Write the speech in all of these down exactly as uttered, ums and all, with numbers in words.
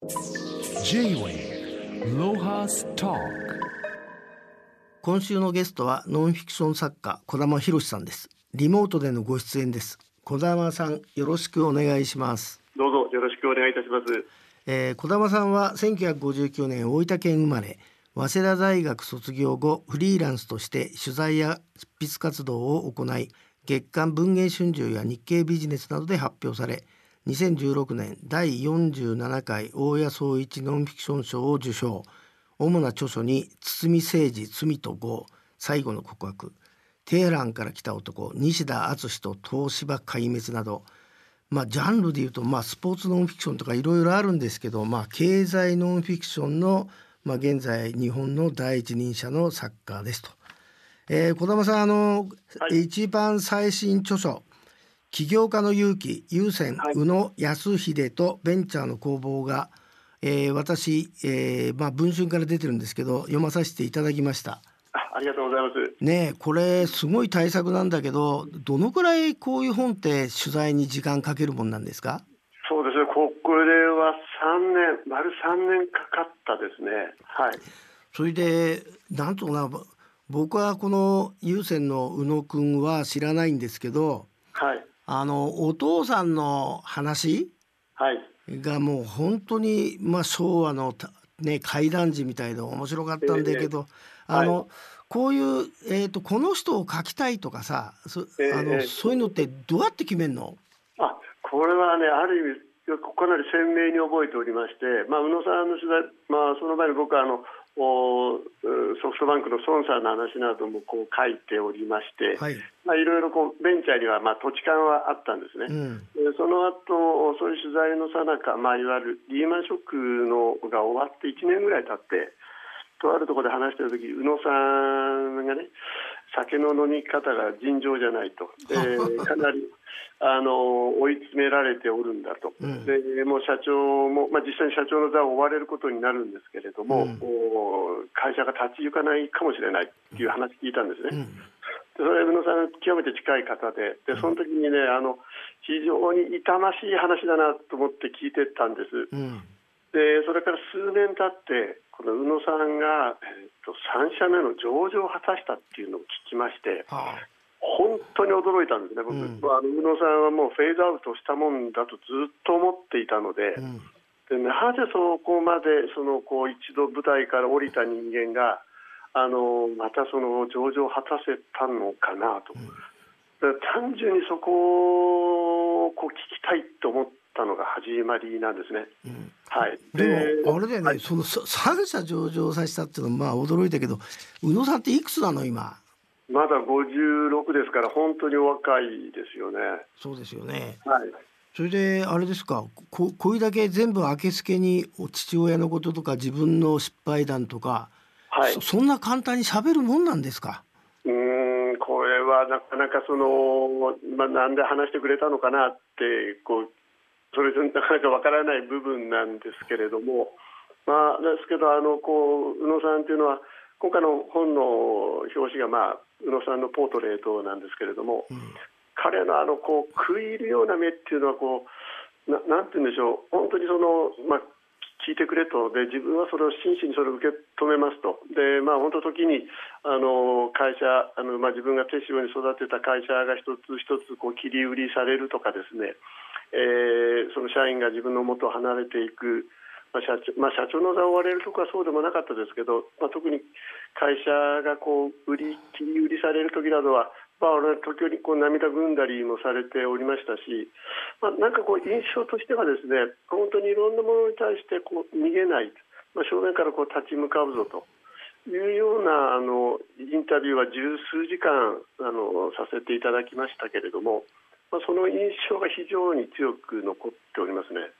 J-Wave ロハストーク。 今週のゲストはノンフィクション作家児玉博さんです。リモートでのご出演です。児玉さん、よろしくお願いします。 どうぞよろしくお願いいたします。 えー、児玉さんはせんきゅうひゃくごじゅうきゅうねん大分県生まれ、早稲田大学卒業後フリーランスとして取材や執筆活動を行い、月刊文藝春秋や日経ビジネスなどで発表され、にせんじゅうろくねんだいよんじゅうななかい大谷総一ノンフィクション賞を受賞。主な著書に堤誠二罪と業、最後の告白、テヘランから来た男、西田篤と東芝壊滅など、まあ、ジャンルでいうと、まあ、スポーツノンフィクションとかいろいろあるんですけど、まあ、経済ノンフィクションの、まあ、現在日本の第一人者の作家ですと。えー、児玉さん、あの、はい、一番最新著書起業家の勇気、優先、はい、宇野康秀とベンチャーの攻防が、えー、私、えーまあ、文春から出てるんですけど、読まさせていただきました。 あ, ありがとうございますね。これすごい大作なんだけど、どのくらいこういう本って取材に時間かけるもんなんですか？ そうですね、これはさんねん、丸さんねんかかったですね。はい。 それでなんとな、僕はこの優先の宇野くんは知らないんですけど、 はい、 あのお父さんの話、はい、がもう本当に、まあ、昭和の、ね、怪談時みたいで面白かったんだけど、えー、あの、はい、こういう、えーと、この人を描きたいとかさ、そ、えー、あのそういうのってどうやって決めるの？ あ、これはね、ある意味かなり鮮明に覚えておりまして、まあ、宇野さんの取材、まあ、その前に僕はあのソフトバンクの孫さんの話などもこう書いておりまして、はい、まあ、いろいろこうベンチャーにはまあ土地勘はあったんですね。うん、でその後そういう取材の最中、まあ、いわゆるリーマンショックのが終わっていちねんぐらい経って、とあるところで話している時、宇野さんがね、酒の飲み方が尋常じゃないと、でかなりあの追い詰められておるんだと、うん、でもう社長も、まあ、実際に社長の座を追われることになるんですけれども、うん、会社が立ち行かないかもしれないっていう話聞いたんですね。うん、でそれは宇野さん極めて近い方で、でその時にね、あの非常に痛ましい話だなと思って聞いてたんです。うん、でそれから数年経ってこの宇野さんが、えー、とさん社目の上場を果たしたっていうのを聞きまして、はあ、本当に驚いたんですね。僕、うん、あの宇野さんはもうフェードアウトしたもんだとずっと思っていたので、うん、でなぜそこまでそのこう一度舞台から降りた人間があのまたその上場を果たせたのかなと、うん、単純にそこをこう聞きたいと思ったのが始まりなんですね。うん、はい、 でもあれだよね、はい、そのさん社上場させたっていうのはまあ驚いたけど、宇野さんっていくつなの今？ まだごじゅうろくですから本当にお若いですよね。 そうですよね。 はい。 それであれですか、こ, これだけ全部あけすけに父親のこととか自分の失敗談とか、はい、そ, そんな簡単に喋るもんなんですか？ うーんこれはなかなかその、まあ、なんで話してくれたのかなってこうそれなかなかわからない部分なんですけれども、まあ、ですけどあのこう宇野さんというのは今回の本の表紙が、まあ、宇野さんのポートレートなんですけれども、うん、彼のあのこう食い入るような目っていうのはこう な, なんて言うんでしょう、本当にその、まあ、聞いてくれと、で自分はそれを真摯にそれを受け止めますと、で、まあ、本当時にあの会社あの、まあ、自分が手塩に育てた会社が一つ一つこう切り売りされるとかですね、えー、その社員が自分の元を離れていく、まあ 社, 長まあ、社長の座を追われるところはそうでもなかったですけど、まあ、特に会社がこう売り切り売りされる時などは、まあ、俺は時折こう涙ぐんだりもされておりましたし、まあ、なんかこう印象としてはですね、本当にいろんなものに対してこう逃げない、まあ、正面からこう立ち向かうぞというようなあのインタビューは十数時間あのさせていただきましたけれども、まあ、その印象が非常に強く残っておりますね。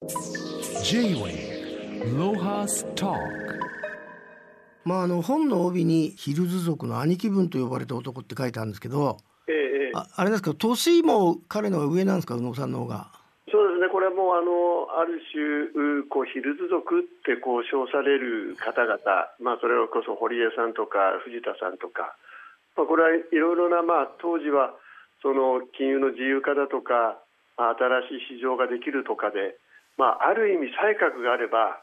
J-Wave ロハストーク。 まあ、あの本の帯にヒルズ族の兄貴分と呼ばれた男って書いてあるんですけど、ええ、あ, あれですか、年も彼の方が上なんですか、宇野さんの方が？ そうですね、これはもう あ, のある種こうヒルズ族ってこう称される方々、まあ、それこそ堀江さんとか藤田さんとか、まあ、これはいろいろな、まあ、当時はその金融の自由化だとか、まあ、新しい市場ができるとかで、まあ、ある意味才覚があれば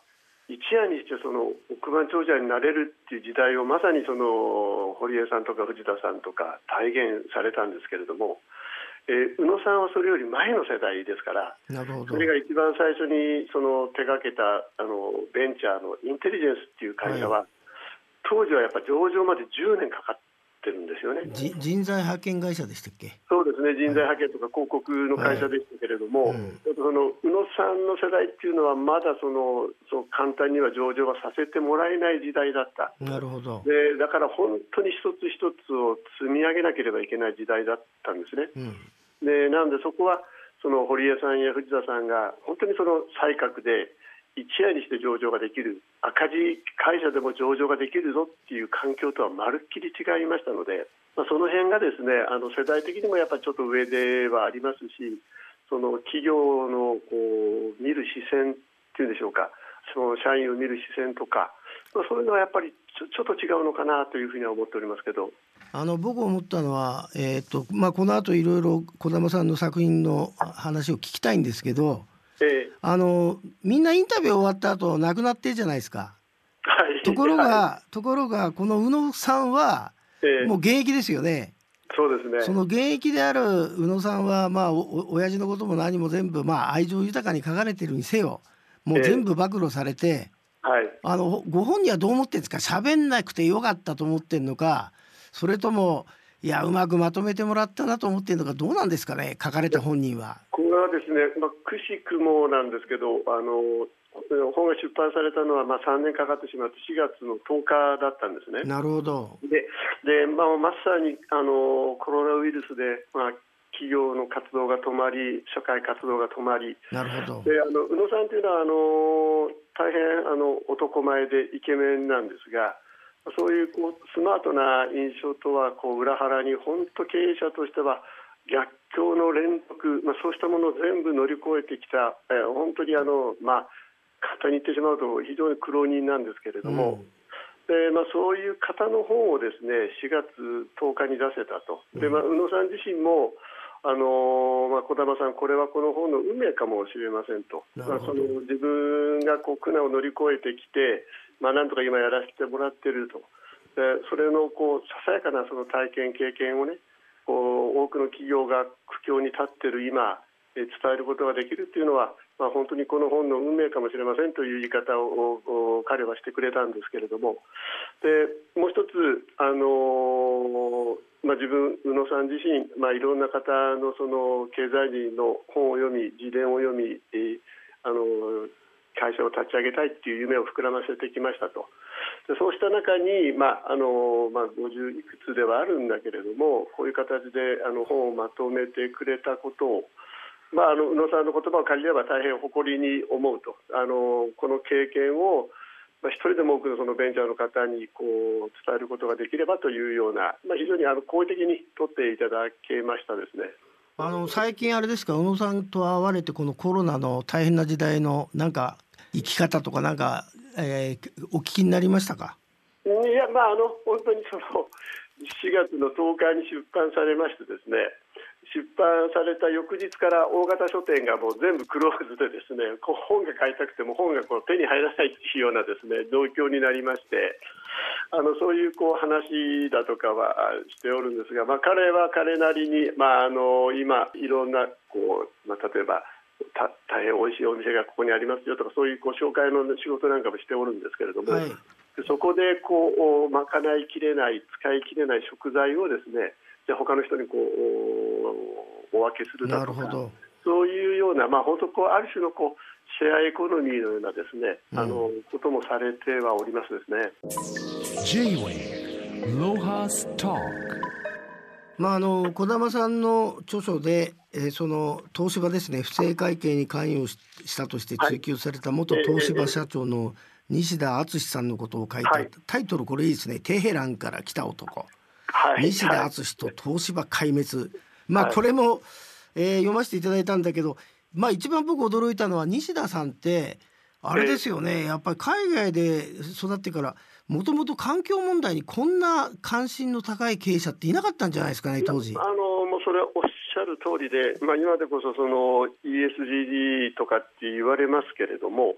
一夜にしてその億万長者になれるっていう時代をまさにその堀江さんとか藤田さんとか体現されたんですけれども、えー、宇野さんはそれより前の世代ですから、 なるほど。 それが一番最初にその手掛けたあのベンチャーのインテリジェンスっていう会社は、はい、当時はやっぱ上場までじゅうねんかかってるんですよね。 じ人材派遣会社でしたっけ？ そうですね、人材派遣とか広告の会社でしたけれども、はいうん、その宇野さんの世代っていうのはまだそのそう簡単には上場はさせてもらえない時代だった。 なるほど。 でだから本当に一つ一つを積み上げなければいけない時代だったんですね、うん、でなのでそこはその堀江さんや藤田さんが本当にその才覚で一夜にして上場ができる、赤字会社でも上場ができるぞっていう環境とはまるっきり違いましたので、まあ、その辺がですねあの世代的にもやっぱりちょっと上ではありますし、その企業のこう見る視線っていうんでしょうか、その社員を見る視線とか、まあ、そういうのはやっぱりちょ、ちょっと違うのかなというふうには思っておりますけど、 あの僕思ったのは、えーとまあ、この後いろいろ児玉さんの作品の話を聞きたいんですけど、ええ、あのみんなインタビュー終わった後亡くなってるじゃないですか、はい、ところが、はい、ところがこの宇野さんは、ええ、もう現役ですよね。 そうですね。 その現役である宇野さんは、まあ、お親父のことも何も全部、まあ、愛情豊かに書かれてるにせよ、もう全部暴露されて、ええはい、あのご本人はどう思ってるんですか？喋んなくてよかったと思ってるのか、それともいやうまくまとめてもらったなと思ってるのか、どうなんですかね、書かれた本人は。 これはですね、まあ、くしくもなんですけど、あの本が出版されたのはまあさんねんかかってしまってしがつのとおかだったんですね。 なるほど。 でで、まあ、まさにあのコロナウイルスで、まあ、企業の活動が止まり、社会活動が止まり、 なるほど。 であの宇野さんというのはあの大変あの男前でイケメンなんですが、そういうこうスマートな印象とはこう裏腹に、本当経営者としては逆境の連続、まあ、そうしたものを全部乗り越えてきた、えー、本当にあの、まあ、簡単に言ってしまうと非常に苦労人なんですけれども、うんでまあ、そういう方の本をですねしがつとおかに出せたと。で、まあ、宇野さん自身もあのまあ、児玉さん、これはこの本の運命かもしれませんと、まあ、その自分がこう苦難を乗り越えてきて、まあ、なんとか今やらせてもらっていると。でそれのこうささやかなその体験経験をね、こう多くの企業が苦境に立っている今伝えることができるというのは、まあ、本当にこの本の運命かもしれませんという言い方を彼はしてくれたんですけれども、でもう一つ、あのーまあ、自分宇野さん自身、まあ、いろんな方のその経済人の本を読み、自伝を読み、えーあのー会社を立ち上げたいっていう夢を膨らませてきましたと。でそうした中に、まああのまあ、ごじゅういくつではあるんだけれども、こういう形であの本をまとめてくれたことを、まあ、あの宇野さんの言葉を借りれば大変誇りに思うと。あのこの経験を、まあ、一人でも多くのそのベンチャーの方にこう伝えることができればというような、まあ、非常にあの好意的に取っていただけましたですね。 あの最近あれですか、宇野さんと会われてこのコロナの大変な時代のなんか生き方とかなんか、えー、お聞きになりましたか？ いや、まあ、あの本当にそのしがつのとおかに出版されましてですね、出版された翌日から大型書店がもう全部クローズでですね、こう本が買いたくても本がこう手に入らないというようなですね状況になりまして、あのそういうこう話だとかはしておるんですが、まあ、彼は彼なりに、まあ、あの今いろんなこう、まあ、例えばた大変おいしいお店がここにありますよとか、そういうこう紹介の仕事なんかもしておるんですけれども、はい、そこでこう賄いきれない、使いきれない食材をですね、じゃあ他の人にこうお分けするだとか、そういうような、まあ、本当こうある種のこうシェアエコノミーのようなですね、うん、あのこともされてはおりますですね。 J-Way ロハストーク。 まあ、あの児玉さんの著書で、えー、その東芝ですね、不正会計に関与 し, したとして追及された元東芝社長の西田敦さんのことを書いた、はい、タイトルこれいいですね、テヘランから来た男、はい、西田敦と東芝壊滅、まあこれも、えー、読ませていただいたんだけど、まあ一番僕驚いたのは西田さんってあれですよね、やっぱり海外で育ってからもともと環境問題にこんな関心の高い経営者っていなかったんじゃないですかね、当時。 あのもうそれはおっしゃる通りで、まあ、今でこそその イーエスジーディー とかって言われますけれども、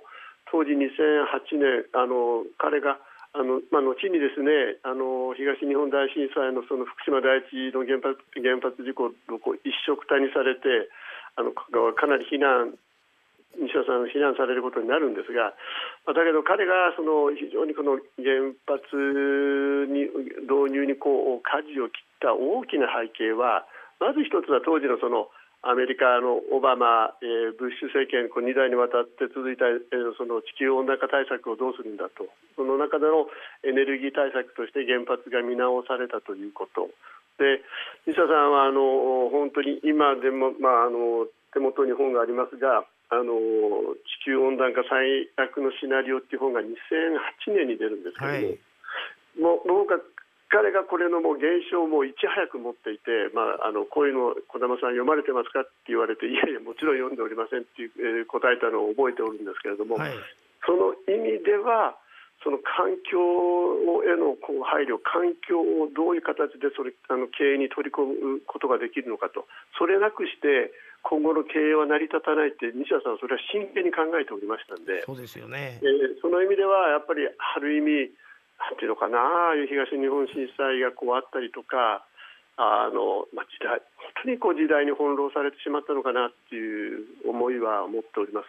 当時にせんはちねんあの彼があの、まあ、後にですねあの東日本大震災のその福島第一の原発、原発事故のこう一緒くたにされてあのかなり非難西田さん非難されることになるんですが、だけど彼がその非常にこの原発に導入にこう舵を切った大きな背景は、まず一つは当時のそのアメリカのオバマ、えー、ブッシュ政権こうに代にわたって続いた、えー、その地球温暖化対策をどうするんだと、その中でのエネルギー対策として原発が見直されたということで、西田さんはあの本当に今でも、まあ、あの手元に本がありますが、あの地球温暖化最悪のシナリオっていう本がにせんはちねんに出るんですけども、はい、もう僕は彼がこれのもう現象をもういち早く持っていて、まあ、あのこういうのを児玉さん読まれてますかって言われて、いやいやもちろん読んでおりませんっていう、えー、答えたのを覚えておるんですけれども、はい、その意味ではその環境へのこう配慮、環境をどういう形でそれあの経営に取り込むことができるのかと、それなくして今後の経営は成り立たないって西田さんはそれは真剣に考えておりましたんで、 そうですよね、 えー、その意味ではやっぱりある意味なんていうのかな、東日本震災がこうあったりとか、あの、まあ、時代本当にこう時代に翻弄されてしまったのかなっていう思いは持っております。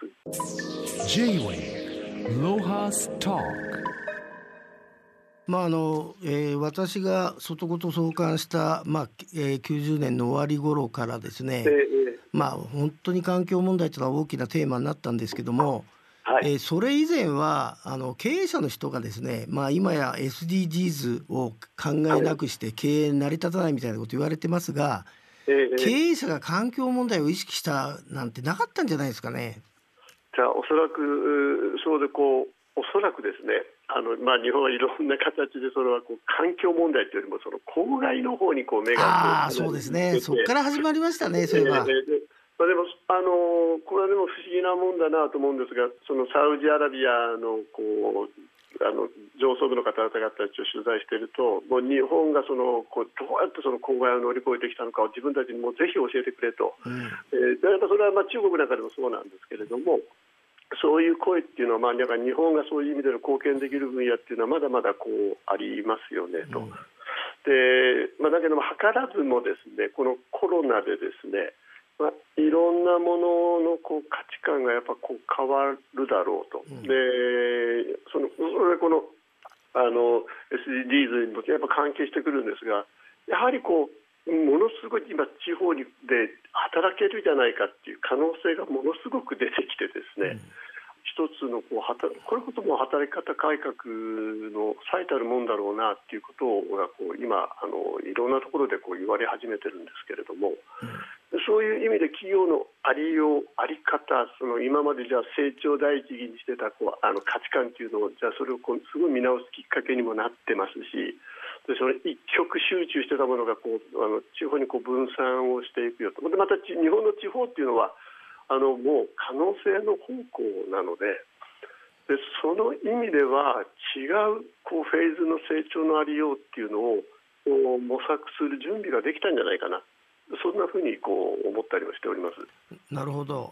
J-Way ロハストーク。 まああのえー、私が外ごと創刊した、まあえー、きゅうじゅうねんの終わり頃からですね、えー、まあ本当に環境問題というのは大きなテーマになったんですけども、はい、えー、それ以前はあの経営者の人がですね、まあ、今や エスディージーズ を考えなくして経営成り立たないみたいなこと言われてますが、はい、経営者が環境問題を意識したなんてなかったんじゃないですかね。 じゃあおそらくそうでこうおそらくですね、あの、まあ、日本はいろんな形でそれはこう環境問題というよりもその公害の方にこう目があそうですね、そこから始まりましたね。そういえば、えーえーまあ、でもあのこれはでも不思議なもんだなと思うんですが、そのサウジアラビアのこうあの上層部の方々たちを取材していると、もう日本がそのこうどうやってその公害を乗り越えてきたのかを自分たちにもぜひ教えてくれと、うんえー、やっぱそれはまあ中国なんかでもそうなんですけれども、そういう声っていうのは、まあ、なんか日本がそういう意味での貢献できる分野っていうのはまだまだこうありますよねと、うんでまあ、だけども図らずもですね、このコロナでですね、まあ、いろんなもののこう価値観がやっぱこう変わるだろうと、うん、でそのそれこのあの エスディージーズ にもやっぱ関係してくるんですが、やはりこうものすごい今地方で働けるじゃないかっていう可能性がものすごく出てきてですね、うん一つのこうはたこれこそも働き方改革の最たるもんだろうなっていうことがこう今あのいろんなところでこう言われ始めてるんですけれども、うん、そういう意味で企業のありようあり方、その今までじゃあ成長第一義にしてたこうあの価値観っていうのをじゃあそれをこうすごい見直すきっかけにもなってますし、でそれ一極集中してたものがこうあの地方にこう分散をしていくよと。でまた日本の地方っていうのはあのもう可能性の方向なの で, でその意味では違うこうフェーズの成長のありようっていうのを模索する準備ができたんじゃないかな、そんなふうにこう思ったりもしております。 なるほど。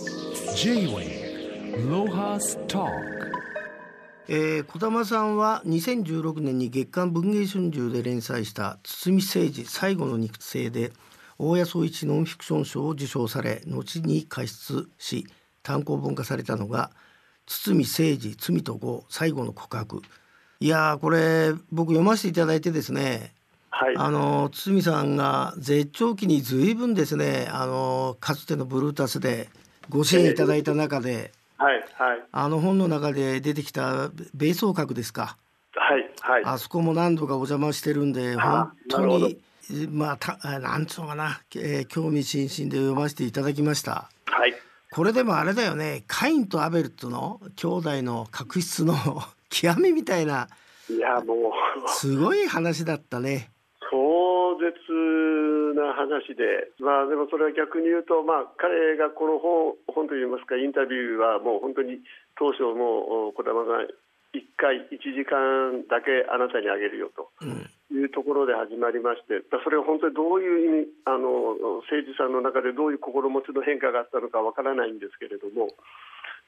J-Way ロハストーク。 えー、児玉さんはにせんじゅうろくねんに月刊文藝春秋で連載した堤誠二最後の肉声で大谷宗一ノンフィクション賞を受賞され、後に加筆し単行本化されたのが堤誠二罪と業最後の告白。いやーこれ僕読ませていただいてですね、はい、あの堤さんが絶頂期に随分ですね、あのかつてのブルータスでご支援いただいた中で、えーはいはい、あの本の中で出てきた米総閣ですか、 はいはい、 あそこも何度かお邪魔してるんで本当にまあ、たなんつうのかな、えー、興味津々で読ませていただきました、はい、これでもあれだよね、カインとアベルとの兄弟の確執の極みみたいな、 いやもうすごい話だったね。 壮絶な話で、まあ、でもそれは逆に言うと、まあ、彼がこの本、本といいますかインタビューはもう本当に当初も児玉さんいっかいいちじかんだけあなたにあげるよというところで始まりまして、それは本当にどういう意味、あの誠司さんの中でどういう心持ちの変化があったのかわからないんですけれども、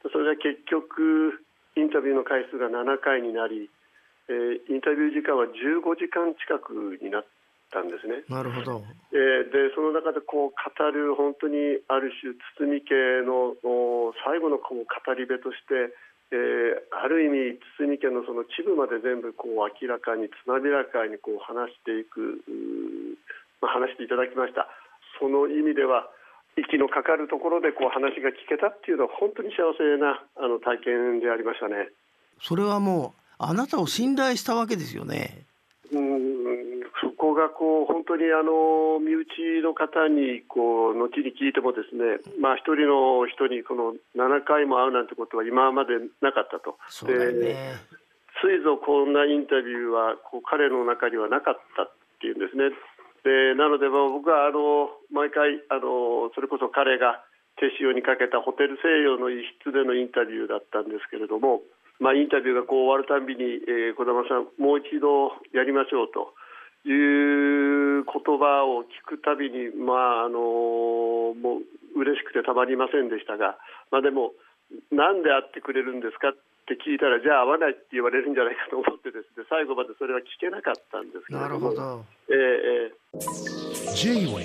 それが結局インタビューの回数がななかいになり、えー、インタビュー時間はじゅうごじかん近くになったんですね。 なるほど。 えー、でその中でこう語る本当にある種堤家の最後のこう語り部として、えー、ある意味堤家のその秩父まで全部こう明らかにつまびらかにこう話していく、まあ、話していただきました。その意味では息のかかるところでこう話が聞けたっていうのは本当に幸せなあの体験でありましたね。 それはもうあなたを信頼したわけですよね。 うーんそこがこう本当にあの身内の方にこう後に聞いてもですね、まあ、一人の人にこのななかいも会うなんてことは今までなかったと。 そうだよね。 ついぞこんなインタビューはこう彼の中にはなかったっていうんですね。でなので僕はあの毎回あのそれこそ彼が手塩にかけたホテル西洋の一室でのインタビューだったんですけれども、まあ、インタビューがこう終わるたびに、えー、児玉さんもう一度やりましょうという言葉を聞くたびに、まああのもう嬉しくてたまりませんでしたが、まあ、でもなんで会ってくれるんですかって聞いたらじゃあ会わないって言われるんじゃないかと思ってですね、最後までそれは聞けなかったんですけれども。なるほど。えーえー、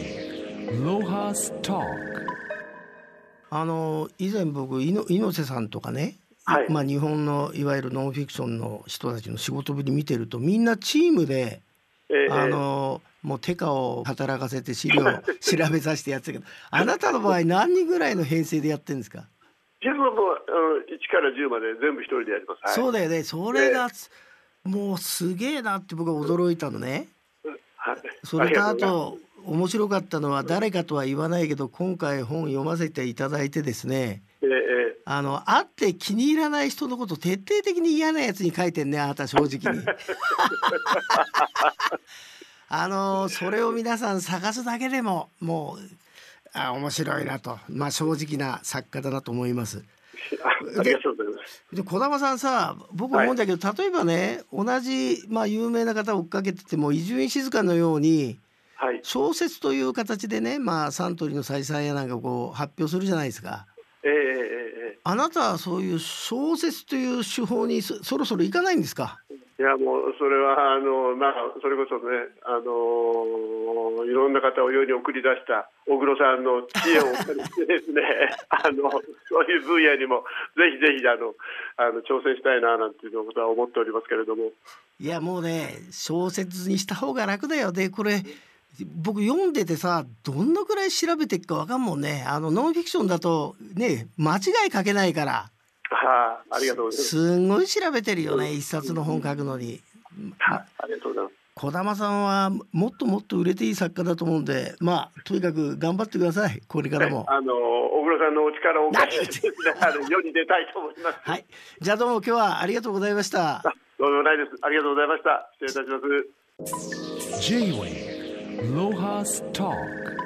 J-Wave ロハストーク。 あの以前僕いの猪瀬さんとかね、はい、まあ、日本のいわゆるノンフィクションの人たちの仕事ぶり見てるとみんなチームで、えー、あのもう手下を働かせて資料を調べさせてやってたけどあなたの場合何人ぐらいの編成でやってるんですか？ 自分はもういちからじゅうまで全部一人でやります、はい、 そうだよね。それが、えー、もうすげえなって僕は驚いたのね、はい、それとあと面白かったのは誰かとは言わないけど今回本読ませていただいてですね、えー、あの会って気に入らない人のこと徹底的に嫌なやつに書いてんね、あなた正直にあのそれを皆さん探すだけでももうあ面白いなと、まあ、正直な作家だなと思います。 ありがとうございます。 で児玉さんさ、僕思うんだけど、はい、例えばね同じ、まあ、有名な方を追っかけてても伊集院静のように小説という形でね、まあ、サントリーの再三やなんかこう発表するじゃないですか。えーえー、あなたはそういう小説という手法に そ, そろそろいかないんですか？ いやもうそれはあの、まあ、それこそねあのいろんな方を世に送り出した小黒さんの知恵を借りてですねあのそういう分野にもぜひぜひあのあの挑戦したいななんていうことは思っておりますけれども。 いやもうね小説にした方が楽だよ。でこれ僕読んでてさどんなくらい調べていくか分かんもんね。あのノンフィクションだとね間違い書けないから。 はあ、ありがとうございます。 すんごい調べてるよね、一冊の本書くのに。 はあ、ありがとうございます。 児玉さんはもっともっと売れていい作家だと思うんで、まあとにかく頑張ってください。これからも、 あの小黒さんのお力をお借りして世に出たいと思います。 はい、じゃあどうも今日はありがとうございました。 どうもないです。ありがとうございました。失礼いたします。 J-Wave ロハストーク。